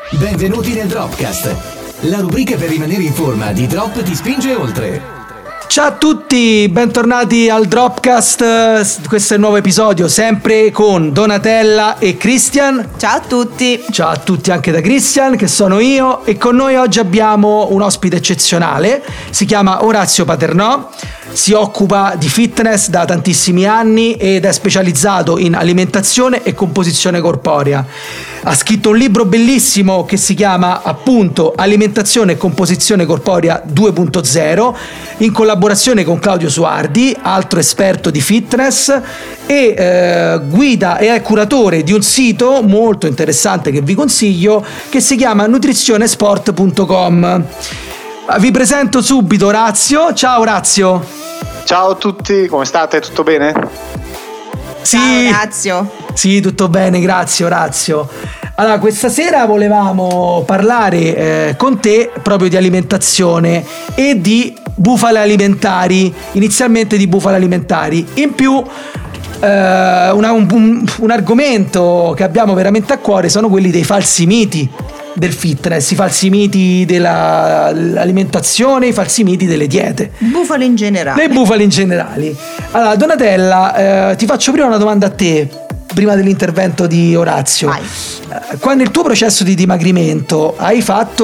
Benvenuti nel Dropcast, la rubrica per rimanere in forma di Drop ti spinge oltre. Ciao a tutti, bentornati al Dropcast. Questo è il nuovo episodio, sempre con Donatella e Christian. Ciao a tutti. Ciao a tutti anche da Christian, che sono io, e con noi oggi abbiamo un ospite eccezionale. Si chiama Orazio Paternò, si occupa di fitness da tantissimi anni ed è specializzato in alimentazione e composizione corporea. Ha scritto un libro bellissimo che si chiama appunto Alimentazione e composizione corporea 2.0, in collaborazione con Claudio Suardi, altro esperto di fitness, e guida e è curatore di un sito molto interessante che vi consiglio, che si chiama nutrizionesport.com. Vi presento subito Orazio. Ciao Orazio. Ciao a tutti, come state? Tutto bene? Sì. Ciao Orazio. Sì, tutto bene, grazie Orazio. Allora, questa sera volevamo parlare con te proprio di alimentazione e di bufale alimentari, inizialmente di bufale alimentari. In più un argomento che abbiamo veramente a cuore sono quelli dei falsi miti del fitness, i falsi miti dell'alimentazione, i falsi miti delle diete. Bufale in generale. Le bufale in generale. Allora, Donatella, ti faccio prima una domanda a te, prima dell'intervento di Orazio. Vai. Quando il tuo processo di dimagrimento hai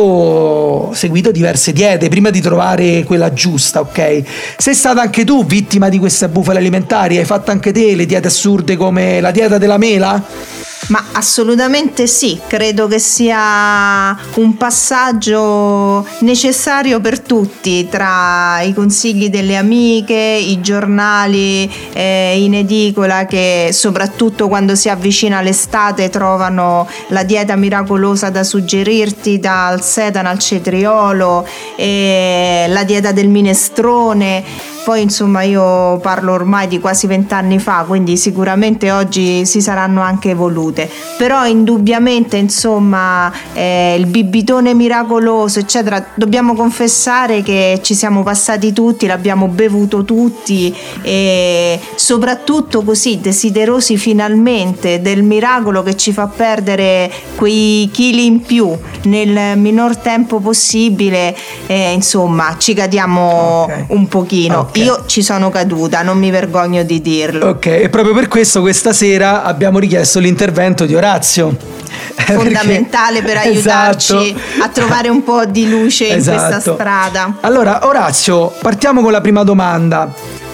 seguito diverse diete prima di trovare quella giusta, ok? Sei stata anche tu vittima di queste bufale alimentari? Hai fatto anche te le diete assurde come la dieta della mela? Ma assolutamente sì, credo che sia un passaggio necessario per tutti, tra i consigli delle amiche, i giornali in edicola che soprattutto quando si avvicina l'estate trovano la dieta miracolosa da suggerirti, dal sedano al cetriolo, la dieta del minestrone. Poi insomma io parlo ormai di quasi 20 anni fa, quindi sicuramente oggi si saranno anche evolute, però indubbiamente insomma il bibitone miracoloso eccetera, dobbiamo confessare che ci siamo passati tutti, l'abbiamo bevuto tutti e soprattutto così desiderosi finalmente del miracolo che ci fa perdere quei chili in più nel minor tempo possibile, insomma ci cadiamo un pochino. Okay. Io ci sono caduta, non mi vergogno di dirlo. Ok, e proprio per questo questa sera abbiamo richiesto l'intervento di Orazio. Fondamentale per aiutarci a trovare un po' di luce in questa strada. Allora Orazio, partiamo con la prima domanda.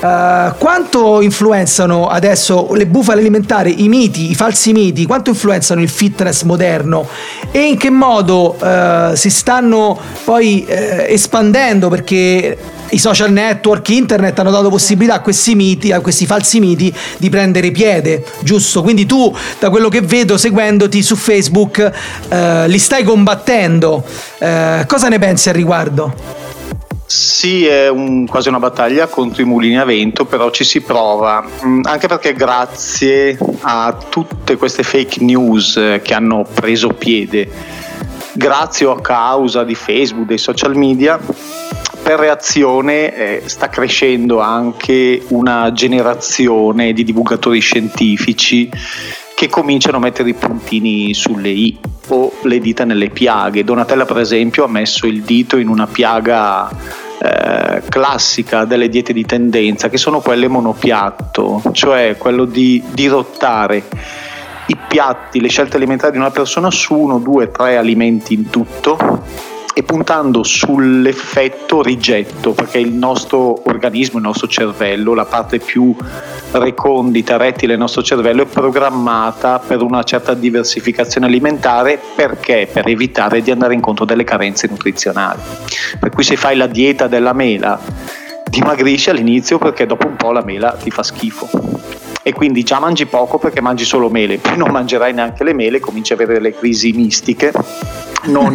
Quanto influenzano adesso le bufale alimentari, i miti, i falsi miti, quanto influenzano il fitness moderno e in che modo si stanno poi espandendo, perché i social network, internet hanno dato possibilità a questi miti, a questi falsi miti di prendere piede, giusto? Quindi tu, da quello che vedo seguendoti su Facebook, li stai combattendo. Cosa ne pensi al riguardo? Sì, è quasi una battaglia contro i mulini a vento, però ci si prova, anche perché grazie a tutte queste fake news che hanno preso piede, grazie o a causa di Facebook, dei social media, per reazione sta crescendo anche una generazione di divulgatori scientifici che cominciano a mettere i puntini sulle i o le dita nelle piaghe. Donatella per esempio ha messo il dito in una piaga classica delle diete di tendenza, che sono quelle monopiatto, cioè quello di dirottare i piatti, le scelte alimentari di una persona su 1, 2, 3 alimenti in tutto, e puntando sull'effetto rigetto, perché il nostro organismo, il nostro cervello, la parte più recondita, rettile del nostro cervello, è programmata per una certa diversificazione alimentare. Perché? Per evitare di andare incontro delle carenze nutrizionali. Per cui se fai la dieta della mela dimagrisci all'inizio, perché dopo un po' la mela ti fa schifo e quindi già mangi poco perché mangi solo mele, poi non mangerai neanche le mele, cominci a avere le crisi mistiche, non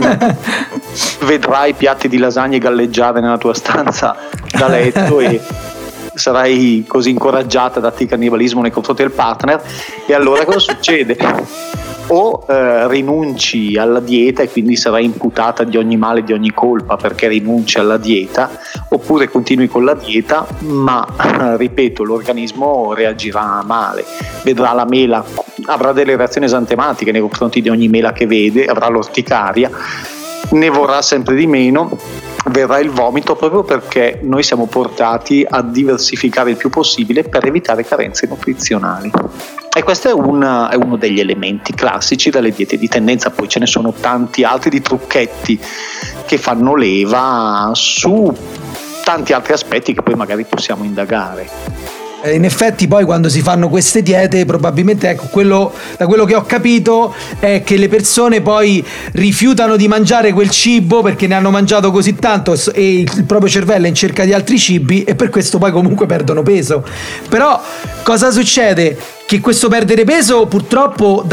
vedrai piatti di lasagne galleggiare nella tua stanza da letto e sarai così incoraggiata da cannibalismo nei confronti del partner. E allora cosa succede? o rinunci alla dieta e quindi sarai imputata di ogni male, di ogni colpa perché rinunci alla dieta, oppure continui con la dieta ma ripeto, l'organismo reagirà male, vedrà la mela, avrà delle reazioni esantematiche nei confronti di ogni mela che vede, avrà l'orticaria, ne vorrà sempre di meno, verrà il vomito, proprio perché noi siamo portati a diversificare il più possibile per evitare carenze nutrizionali. E questo è uno degli elementi classici delle diete di tendenza. Poi ce ne sono tanti altri di trucchetti che fanno leva su tanti altri aspetti che poi magari possiamo indagare. In effetti poi quando si fanno queste diete probabilmente, ecco, da quello che ho capito è che le persone poi rifiutano di mangiare quel cibo perché ne hanno mangiato così tanto e il proprio cervello è in cerca di altri cibi e per questo poi comunque perdono peso. Però cosa succede? Che questo perdere peso purtroppo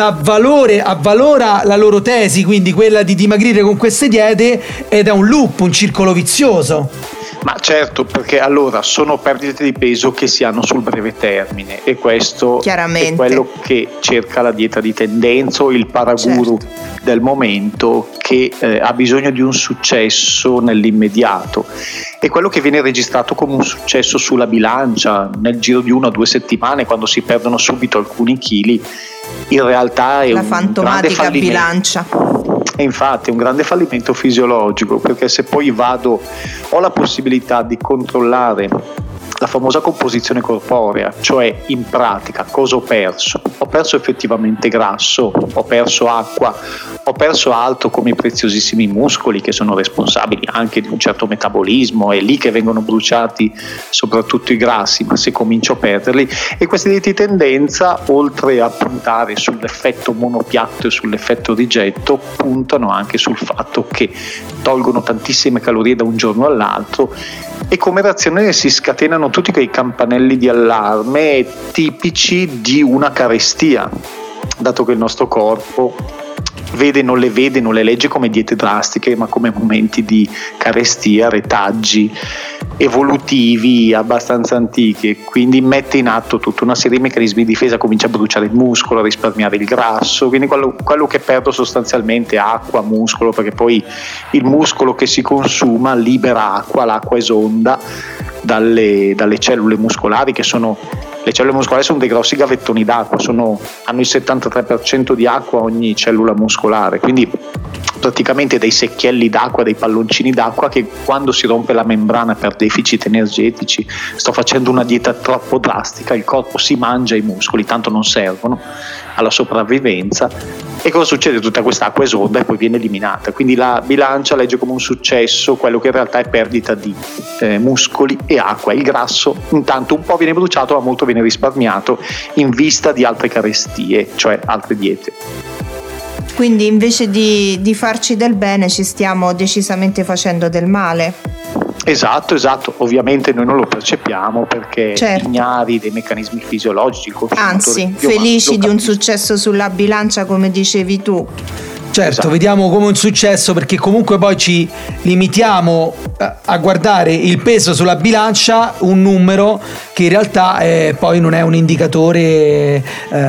avvalora la loro tesi, quindi quella di dimagrire con queste diete, ed è un loop, un circolo vizioso. Ma certo, perché allora sono perdite di peso che si hanno sul breve termine e questo è quello che cerca la dieta di tendenza o il paraguru del momento, che ha bisogno di un successo nell'immediato. È quello che viene registrato come un successo sulla bilancia nel giro di 1 o 2 settimane, quando si perdono subito alcuni chili. In realtà è la fantomatica bilancia. E infatti è un grande fallimento fisiologico, perché se poi ho la possibilità di controllare la famosa composizione corporea, cioè in pratica cosa ho perso? Ho perso effettivamente grasso, ho perso acqua, ho perso altro come i preziosissimi muscoli che sono responsabili anche di un certo metabolismo, è lì che vengono bruciati soprattutto i grassi, ma se comincio a perderli. E queste diete di tendenza, oltre a puntare sull'effetto monopiatto e sull'effetto rigetto, puntano anche sul fatto che tolgono tantissime calorie da un giorno all'altro, e come reazione si scatenano tutti quei campanelli di allarme tipici di una carestia, dato che il nostro corpo non le legge come diete drastiche, ma come momenti di carestia, retaggi evolutivi abbastanza antichi, quindi mette in atto tutta una serie di meccanismi di difesa, comincia a bruciare il muscolo, a risparmiare il grasso, quindi quello che perdo sostanzialmente è acqua, muscolo, perché poi il muscolo che si consuma libera acqua, l'acqua esonda dalle cellule muscolari, che sono le cellule muscolari sono dei grossi gavettoni d'acqua, hanno il 73% di acqua ogni cellula muscolare, quindi praticamente dei secchielli d'acqua, dei palloncini d'acqua che quando si rompe la membrana per deficit energetici, sto facendo una dieta troppo drastica, il corpo si mangia i muscoli, tanto non servono alla sopravvivenza. E cosa succede? Tutta questa acqua esonda e poi viene eliminata, quindi la bilancia legge come un successo quello che in realtà è perdita di muscoli e acqua. Il grasso intanto un po' viene bruciato, ma molto viene risparmiato in vista di altre carestie, cioè altre diete. Quindi invece di farci del bene ci stiamo decisamente facendo del male. Esatto, ovviamente noi non lo percepiamo perché ignari dei meccanismi fisiologici, anzi felici di un successo sulla bilancia, come dicevi tu. Certo, vediamo come un successo perché comunque poi ci limitiamo a guardare il peso sulla bilancia, un numero che in realtà poi non è un indicatore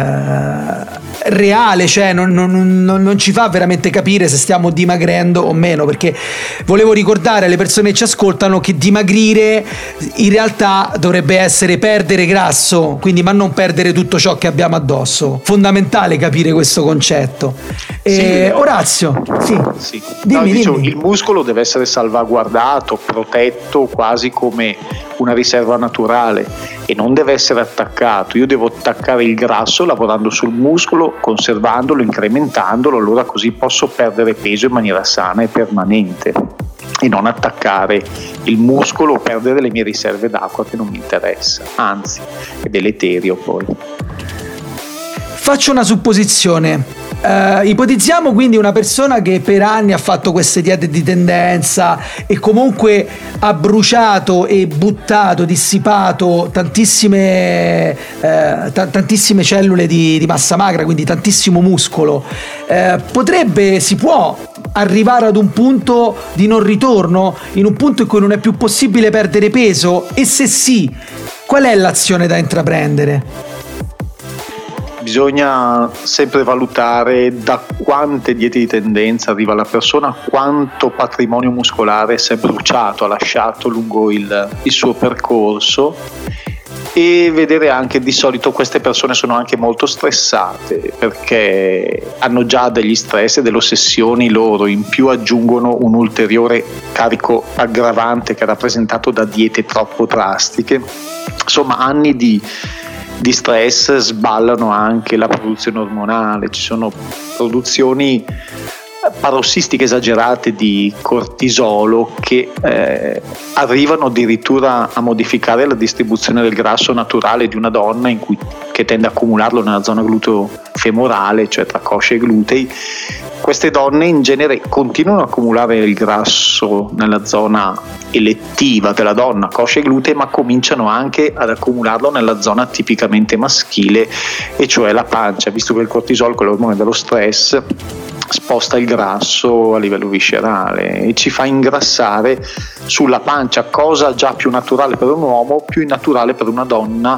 reale, cioè non ci fa veramente capire se stiamo dimagrendo o meno, perché volevo ricordare alle persone che ci ascoltano che dimagrire in realtà dovrebbe essere perdere grasso, quindi ma non perdere tutto ciò che abbiamo addosso. Fondamentale capire questo concetto. Orazio, sì. Dimmi. Il muscolo deve essere salvaguardato, protetto quasi come una riserva naturale e non deve essere attaccato. Io devo attaccare il grasso lavorando sul muscolo, conservandolo, incrementandolo, allora così posso perdere peso in maniera sana e permanente e non attaccare il muscolo o perdere le mie riserve d'acqua, che non mi interessa, anzi è deleterio poi. Faccio una supposizione. Ipotizziamo quindi una persona che per anni ha fatto queste diete di tendenza e comunque ha bruciato e buttato, dissipato tantissime cellule di massa magra, quindi tantissimo muscolo. Si può arrivare ad un punto di non ritorno, in un punto in cui non è più possibile perdere peso? E se sì, qual è l'azione da intraprendere? bisogna sempre valutare da quante diete di tendenza arriva la persona, quanto patrimonio muscolare si è bruciato, ha lasciato lungo il suo percorso, e vedere anche, di solito queste persone sono anche molto stressate perché hanno già degli stress e delle ossessioni loro, in più aggiungono un ulteriore carico aggravante che è rappresentato da diete troppo drastiche. Insomma, anni di stress sballano anche la produzione ormonale, ci sono produzioni parossistiche esagerate di cortisolo che arrivano addirittura a modificare la distribuzione del grasso naturale di una donna, che tende a accumularlo nella zona gluteo-femorale, cioè tra coscia e glutei. Queste donne in genere continuano a accumulare il grasso nella zona elettiva della donna, coscia e glutei, ma cominciano anche ad accumularlo nella zona tipicamente maschile, e cioè la pancia, visto che il cortisolo, che è l'ormone dello stress, sposta il grasso a livello viscerale e ci fa ingrassare sulla pancia, cosa già più naturale per un uomo, più innaturale per una donna,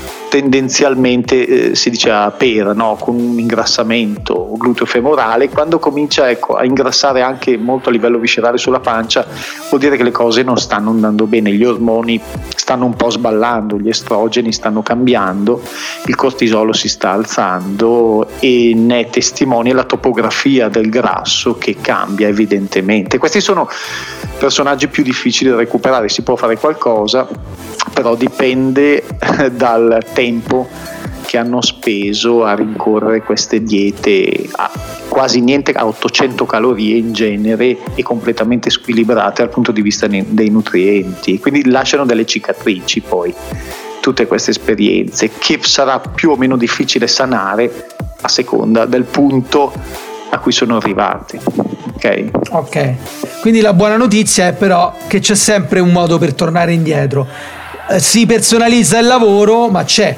tendenzialmente si dice a pera, no? Con un ingrassamento gluteo-femorale. Quando comincia a ingrassare anche molto a livello viscerale sulla pancia, vuol dire che le cose non stanno andando bene, gli ormoni stanno un po' sballando, gli estrogeni stanno cambiando, il cortisolo si sta alzando, e ne è testimone la topografia del grasso che cambia evidentemente. Questi sono personaggi più difficili da recuperare, si può fare qualcosa, però dipende dal tempo che hanno speso a rincorrere queste diete a quasi niente, a 800 calorie in genere, e completamente squilibrate dal punto di vista dei nutrienti, quindi lasciano delle cicatrici poi tutte queste esperienze, che sarà più o meno difficile sanare a seconda del punto a cui sono arrivati. Ok, quindi la buona notizia è però che c'è sempre un modo per tornare indietro. Si personalizza il lavoro, ma c'è.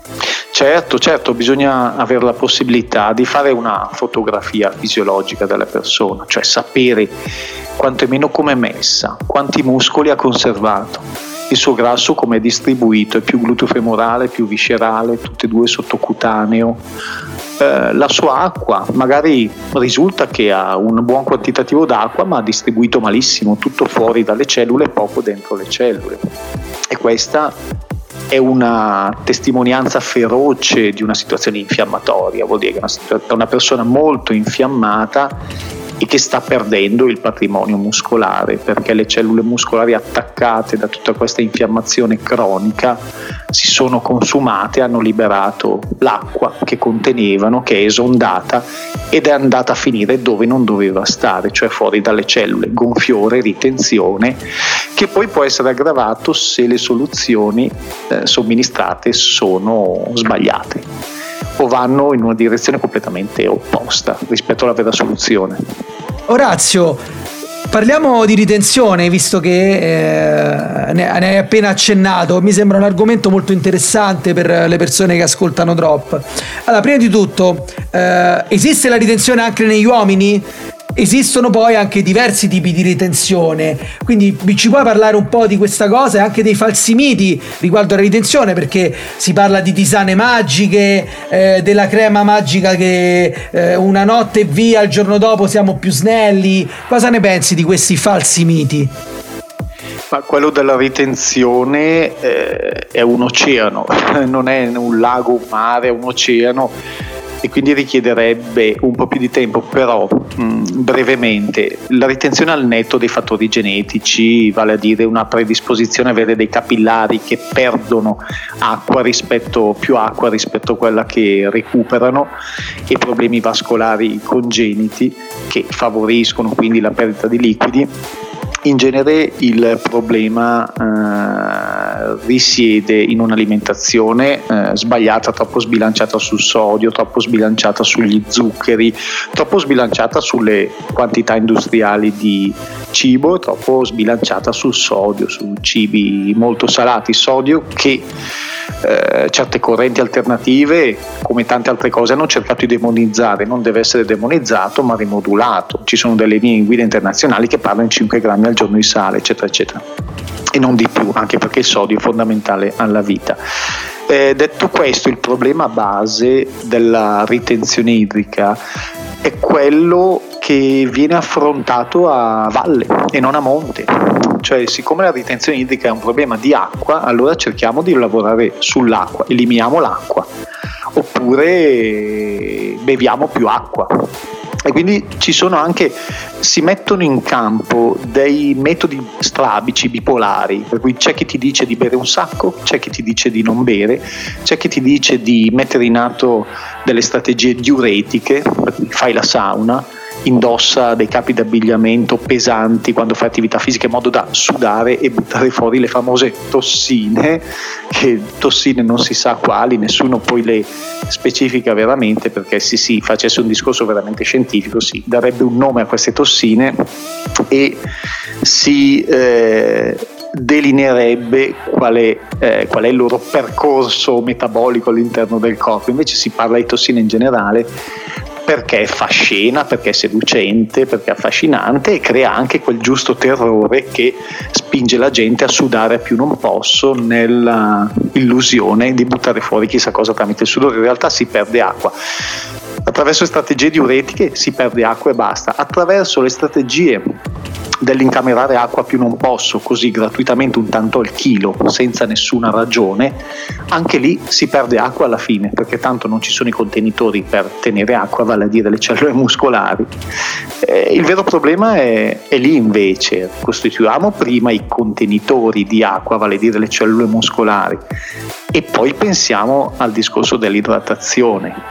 Certo, bisogna avere la possibilità di fare una fotografia fisiologica della persona, cioè sapere quantomeno come è messa, quanti muscoli ha conservato, il suo grasso come è distribuito, è più gluteo-femorale, più viscerale, tutte e due sottocutaneo, la sua acqua, magari risulta che ha un buon quantitativo d'acqua ma ha distribuito malissimo, tutto fuori dalle cellule, poco dentro le cellule, e questa è una testimonianza feroce di una situazione infiammatoria. Vuol dire che è una persona molto infiammata e che sta perdendo il patrimonio muscolare, perché le cellule muscolari attaccate da tutta questa infiammazione cronica si sono consumate, hanno liberato l'acqua che contenevano, che è esondata ed è andata a finire dove non doveva stare, cioè fuori dalle cellule, gonfiore, ritenzione, che poi può essere aggravato se le soluzioni somministrate sono sbagliate o vanno in una direzione completamente opposta rispetto alla vera soluzione. Orazio, parliamo di ritenzione, visto che ne hai appena accennato. Mi sembra un argomento molto interessante per le persone che ascoltano Drop. Allora, prima di tutto, esiste la ritenzione anche negli uomini? Esistono poi anche diversi tipi di ritenzione, quindi ci puoi parlare un po' di questa cosa e anche dei falsi miti riguardo alla ritenzione, perché si parla di tisane magiche, della crema magica che una notte e via, il giorno dopo siamo più snelli. Cosa ne pensi di questi falsi miti? Ma quello della ritenzione è un oceano, non è un lago, un mare, è un oceano, e quindi richiederebbe un po' più di tempo. Però brevemente, la ritenzione al netto dei fattori genetici, vale a dire una predisposizione a avere dei capillari che perdono più acqua rispetto a quella che recuperano, e problemi vascolari congeniti che favoriscono quindi la perdita di liquidi. In genere il problema risiede in un'alimentazione sbagliata, troppo sbilanciata sul sodio, troppo sbilanciata sugli zuccheri, troppo sbilanciata sulle quantità industriali di cibo, troppo sbilanciata sul sodio, su cibi molto salati, sodio che certe correnti alternative, come tante altre cose, hanno cercato di demonizzare. Non deve essere demonizzato ma rimodulato. Ci sono delle linee guida internazionali che parlano di 5 grammi al giorno di sale, eccetera eccetera. e non di più, anche perché il sodio è fondamentale alla vita. Detto questo, il problema base della ritenzione idrica è quello che viene affrontato a valle e non a monte. Cioè, siccome la ritenzione idrica è un problema di acqua, allora cerchiamo di lavorare sull'acqua, eliminiamo l'acqua, oppure beviamo più acqua. E quindi si mettono in campo dei metodi strabici, bipolari, per cui c'è chi ti dice di bere un sacco, c'è chi ti dice di non bere, c'è chi ti dice di mettere in atto delle strategie diuretiche, per cui fai la sauna, indossa dei capi d'abbigliamento pesanti quando fai attività fisica in modo da sudare e buttare fuori le famose tossine, che tossine non si sa quali, nessuno poi le specifica veramente, perché se si facesse un discorso veramente scientifico si darebbe un nome a queste tossine e si delineerebbe qual è il loro percorso metabolico all'interno del corpo. Invece si parla di tossine in generale perché fa scena, perché è seducente, perché è affascinante e crea anche quel giusto terrore che spinge la gente a sudare a più non posso nella illusione di buttare fuori chissà cosa tramite il sudore. In realtà si perde acqua. Attraverso strategie diuretiche si perde acqua e basta. Attraverso le strategie dell'incamerare acqua più non posso, così gratuitamente un tanto al chilo, senza nessuna ragione, anche lì si perde acqua alla fine, perché tanto non ci sono i contenitori per tenere acqua, vale a dire le cellule muscolari. Il vero problema è lì invece, costituiamo prima i contenitori di acqua, vale a dire le cellule muscolari, e poi pensiamo al discorso dell'idratazione,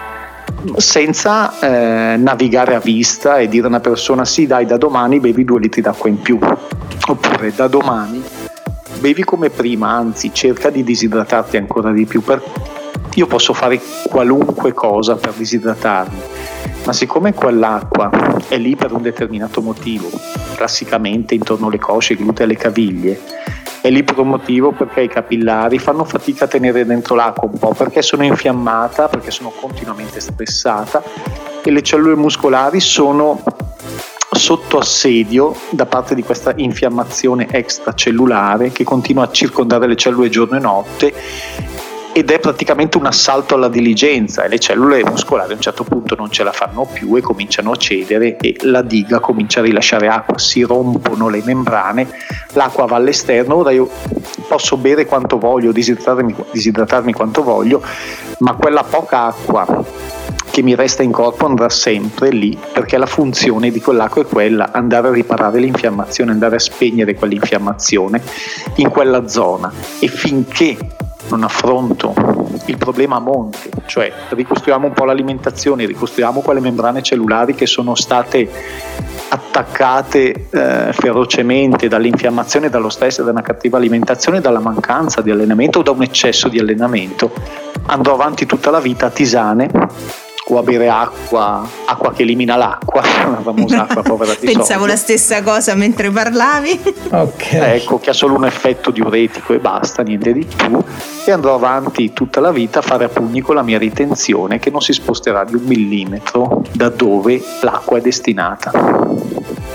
senza navigare a vista e dire a una persona sì dai, da domani bevi 2 litri d'acqua in più, oppure da domani bevi come prima, anzi cerca di disidratarti ancora di più. Io posso fare qualunque cosa per disidratarmi, ma siccome quell'acqua è lì per un determinato motivo, classicamente intorno alle cosce, ai glutei e alle caviglie, è lì per un motivo perché i capillari fanno fatica a tenere dentro l'acqua, un po' perché sono infiammata, perché sono continuamente stressata, e le cellule muscolari sono sotto assedio da parte di questa infiammazione extracellulare che continua a circondare le cellule giorno e notte, ed è praticamente un assalto alla diligenza, e le cellule muscolari a un certo punto non ce la fanno più e cominciano a cedere e la diga comincia a rilasciare acqua, si rompono le membrane, l'acqua va all'esterno. Ora io posso bere quanto voglio, disidratarmi quanto voglio, ma quella poca acqua che mi resta in corpo andrà sempre lì, perché la funzione di quell'acqua è quella, andare a riparare l'infiammazione, andare a spegnere quell'infiammazione in quella zona. E finché non affronto il problema a monte, cioè ricostruiamo un po' l'alimentazione, ricostruiamo quelle membrane cellulari che sono state attaccate ferocemente dall'infiammazione, dallo stress, da una cattiva alimentazione, dalla mancanza di allenamento o da un eccesso di allenamento, andrò avanti tutta la vita a tisane o a bere acqua che elimina l'acqua, la famosa acqua povera di Pensavo sodio. La stessa cosa mentre parlavi. Ok. Ecco, che ha solo un effetto diuretico e basta, niente di più, e andrò avanti tutta la vita a fare a pugni con la mia ritenzione che non si sposterà di 1 millimetro da dove l'acqua è destinata.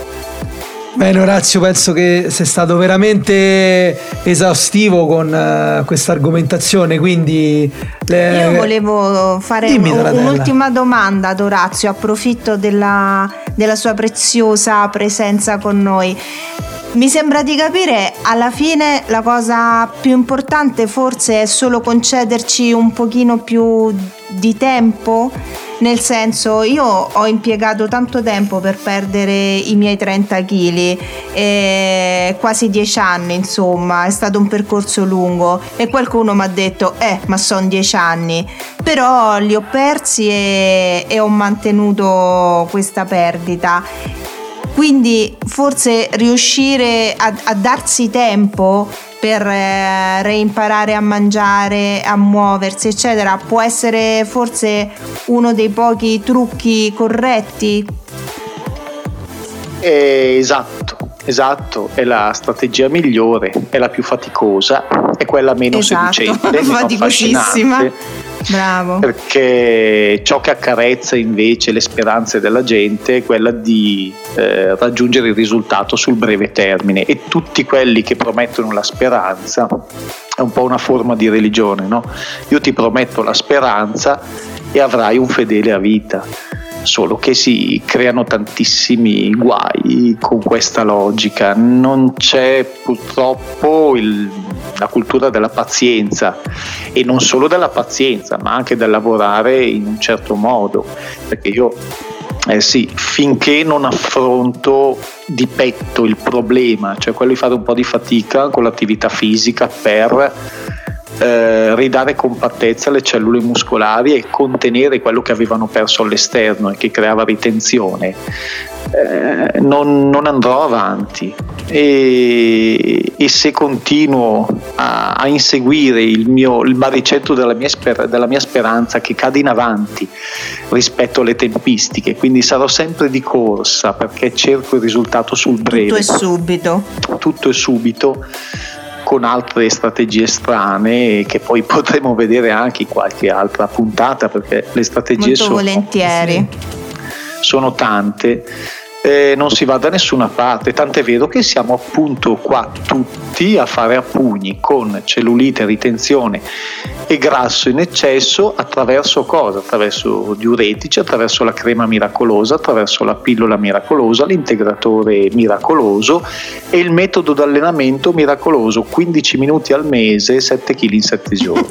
Bene Orazio, penso che sei stato veramente esaustivo con questa argomentazione, quindi io volevo fare un'ultima domanda ad Orazio, approfitto della sua preziosa presenza con noi. Mi sembra di capire, alla fine la cosa più importante forse è solo concederci un pochino più di tempo, nel senso, io ho impiegato tanto tempo per perdere i miei 30 kg, quasi 10 anni, insomma, è stato un percorso lungo, e qualcuno mi ha detto ma sono 10 anni, però li ho persi e ho mantenuto questa perdita. Quindi forse riuscire a darsi tempo per reimparare a mangiare, a muoversi, eccetera, può essere forse uno dei pochi trucchi corretti? Esatto, è la strategia migliore, è la più faticosa, è quella meno seducente, meno faticosissima. affascinante, Bravo. Perché ciò che accarezza invece le speranze della gente è quella di raggiungere il risultato sul breve termine, e tutti quelli che promettono la speranza è un po' una forma di religione, no? Io ti prometto la speranza e avrai un fedele a vita. Solo che si creano tantissimi guai con questa logica. Non c'è purtroppo la cultura della pazienza, e non solo della pazienza, ma anche del lavorare in un certo modo, perché io finché non affronto di petto il problema, cioè quello di fare un po' di fatica con l'attività fisica per ridare compattezza alle cellule muscolari e contenere quello che avevano perso all'esterno e che creava ritenzione, non andrò avanti, e se continuo a inseguire il baricentro della mia speranza, che cade in avanti rispetto alle tempistiche, quindi sarò sempre di corsa perché cerco il risultato sul breve, tutto è subito, con altre strategie strane che poi potremo vedere anche in qualche altra puntata, perché le strategie sono tante. Non si va da nessuna parte, tant'è vero che siamo appunto qua tutti a fare a pugni con cellulite, ritenzione e grasso in eccesso. Attraverso cosa? Attraverso diuretici, attraverso la crema miracolosa, attraverso la pillola miracolosa, l'integratore miracoloso e il metodo d'allenamento miracoloso: 15 minuti al mese, 7 kg in 7 giorni.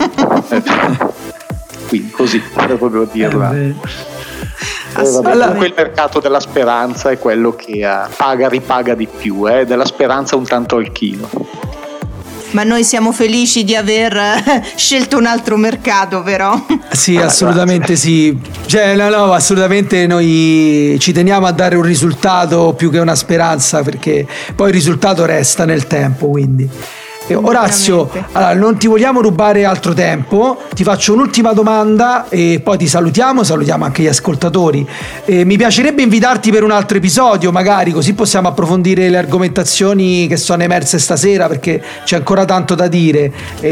Quindi così, per proprio dirla. Comunque il mercato della speranza è quello che ripaga di più, della speranza un tanto al chilo. Ma noi siamo felici di aver scelto un altro mercato, però. Sì, assolutamente sì. Cioè, no, assolutamente noi ci teniamo a dare un risultato più che una speranza, perché poi il risultato resta nel tempo, quindi. Orazio, allora, non ti vogliamo rubare altro tempo, ti faccio un'ultima domanda e poi ti salutiamo anche gli ascoltatori. Mi piacerebbe invitarti per un altro episodio, magari, così possiamo approfondire le argomentazioni che sono emerse stasera, perché c'è ancora tanto da dire.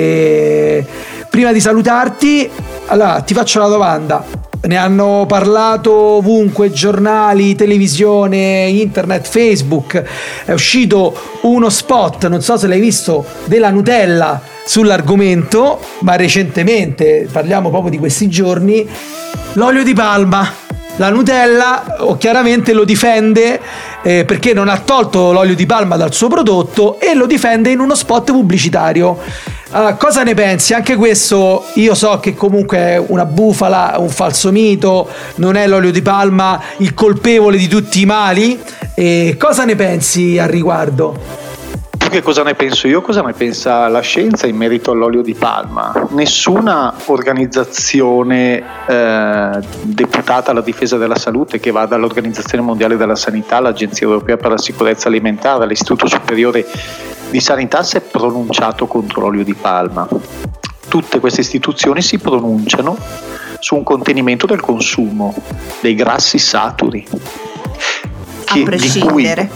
Prima di salutarti, allora, ti faccio la domanda. Ne hanno parlato ovunque, giornali, televisione, internet, Facebook. È uscito uno spot, non so se l'hai visto, della Nutella sull'argomento, ma recentemente, parliamo proprio di questi giorni, l'olio di palma. La Nutella chiaramente lo difende perché non ha tolto l'olio di palma dal suo prodotto, e lo difende in uno spot pubblicitario. Cosa ne pensi? Anche questo io so che comunque è una bufala, un falso mito, non è l'olio di palma il colpevole di tutti i mali. Cosa ne pensi al riguardo? Che cosa ne penso io? Cosa ne pensa la scienza in merito all'olio di palma? Nessuna organizzazione deputata alla difesa della salute, che va dall'Organizzazione Mondiale della Sanità, all'Agenzia Europea per la Sicurezza Alimentare, all'Istituto Superiore di Sanità, si è pronunciato contro l'olio di palma. Tutte queste istituzioni si pronunciano su un contenimento del consumo dei grassi saturi, a prescindere.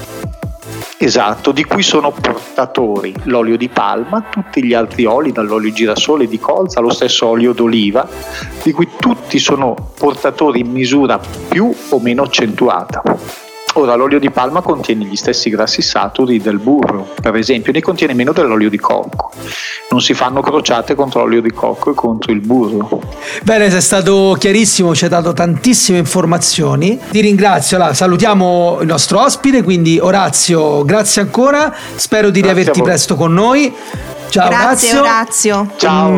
Di cui sono portatori l'olio di palma, tutti gli altri oli, dall'olio di girasole, di colza, allo stesso olio d'oliva, di cui tutti sono portatori in misura più o meno accentuata. Ora, l'olio di palma contiene gli stessi grassi saturi del burro, per esempio, ne contiene meno dell'olio di cocco. Non si fanno crociate contro l'olio di cocco e contro il burro. Bene, sei stato chiarissimo, ci hai dato tantissime informazioni. Ti ringrazio. Allora, salutiamo il nostro ospite, quindi Orazio, grazie ancora. Spero di riaverti presto con noi. Ciao, grazie Orazio.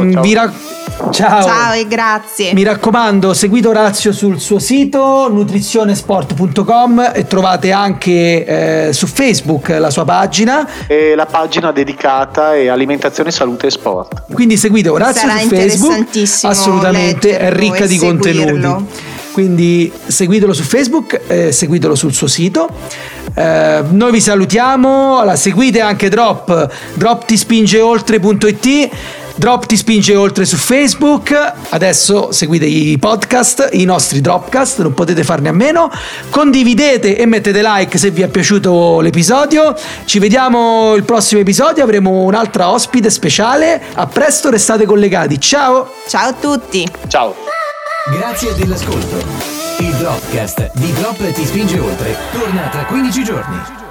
Ciao e grazie. Mi raccomando, seguite Orazio sul suo sito nutrizionesport.com e trovate anche su Facebook la sua pagina. E la pagina dedicata è alimentazione, salute e sport. Quindi seguite Orazio su Facebook. Assolutamente, è ricca di contenuti. Quindi seguitelo su Facebook, seguitelo sul suo sito. Noi vi salutiamo. Allora, seguite anche Drop ti spinge oltre.it. Drop ti spinge oltre su Facebook, adesso seguite i podcast, i nostri Dropcast, non potete farne a meno. Condividete e mettete like se vi è piaciuto l'episodio. Ci vediamo il prossimo episodio, avremo un'altra ospite speciale. A presto, restate collegati. Ciao! Ciao a tutti! Ciao! Grazie dell'ascolto. Il Dropcast di Drop ti spinge oltre torna tra 15 giorni.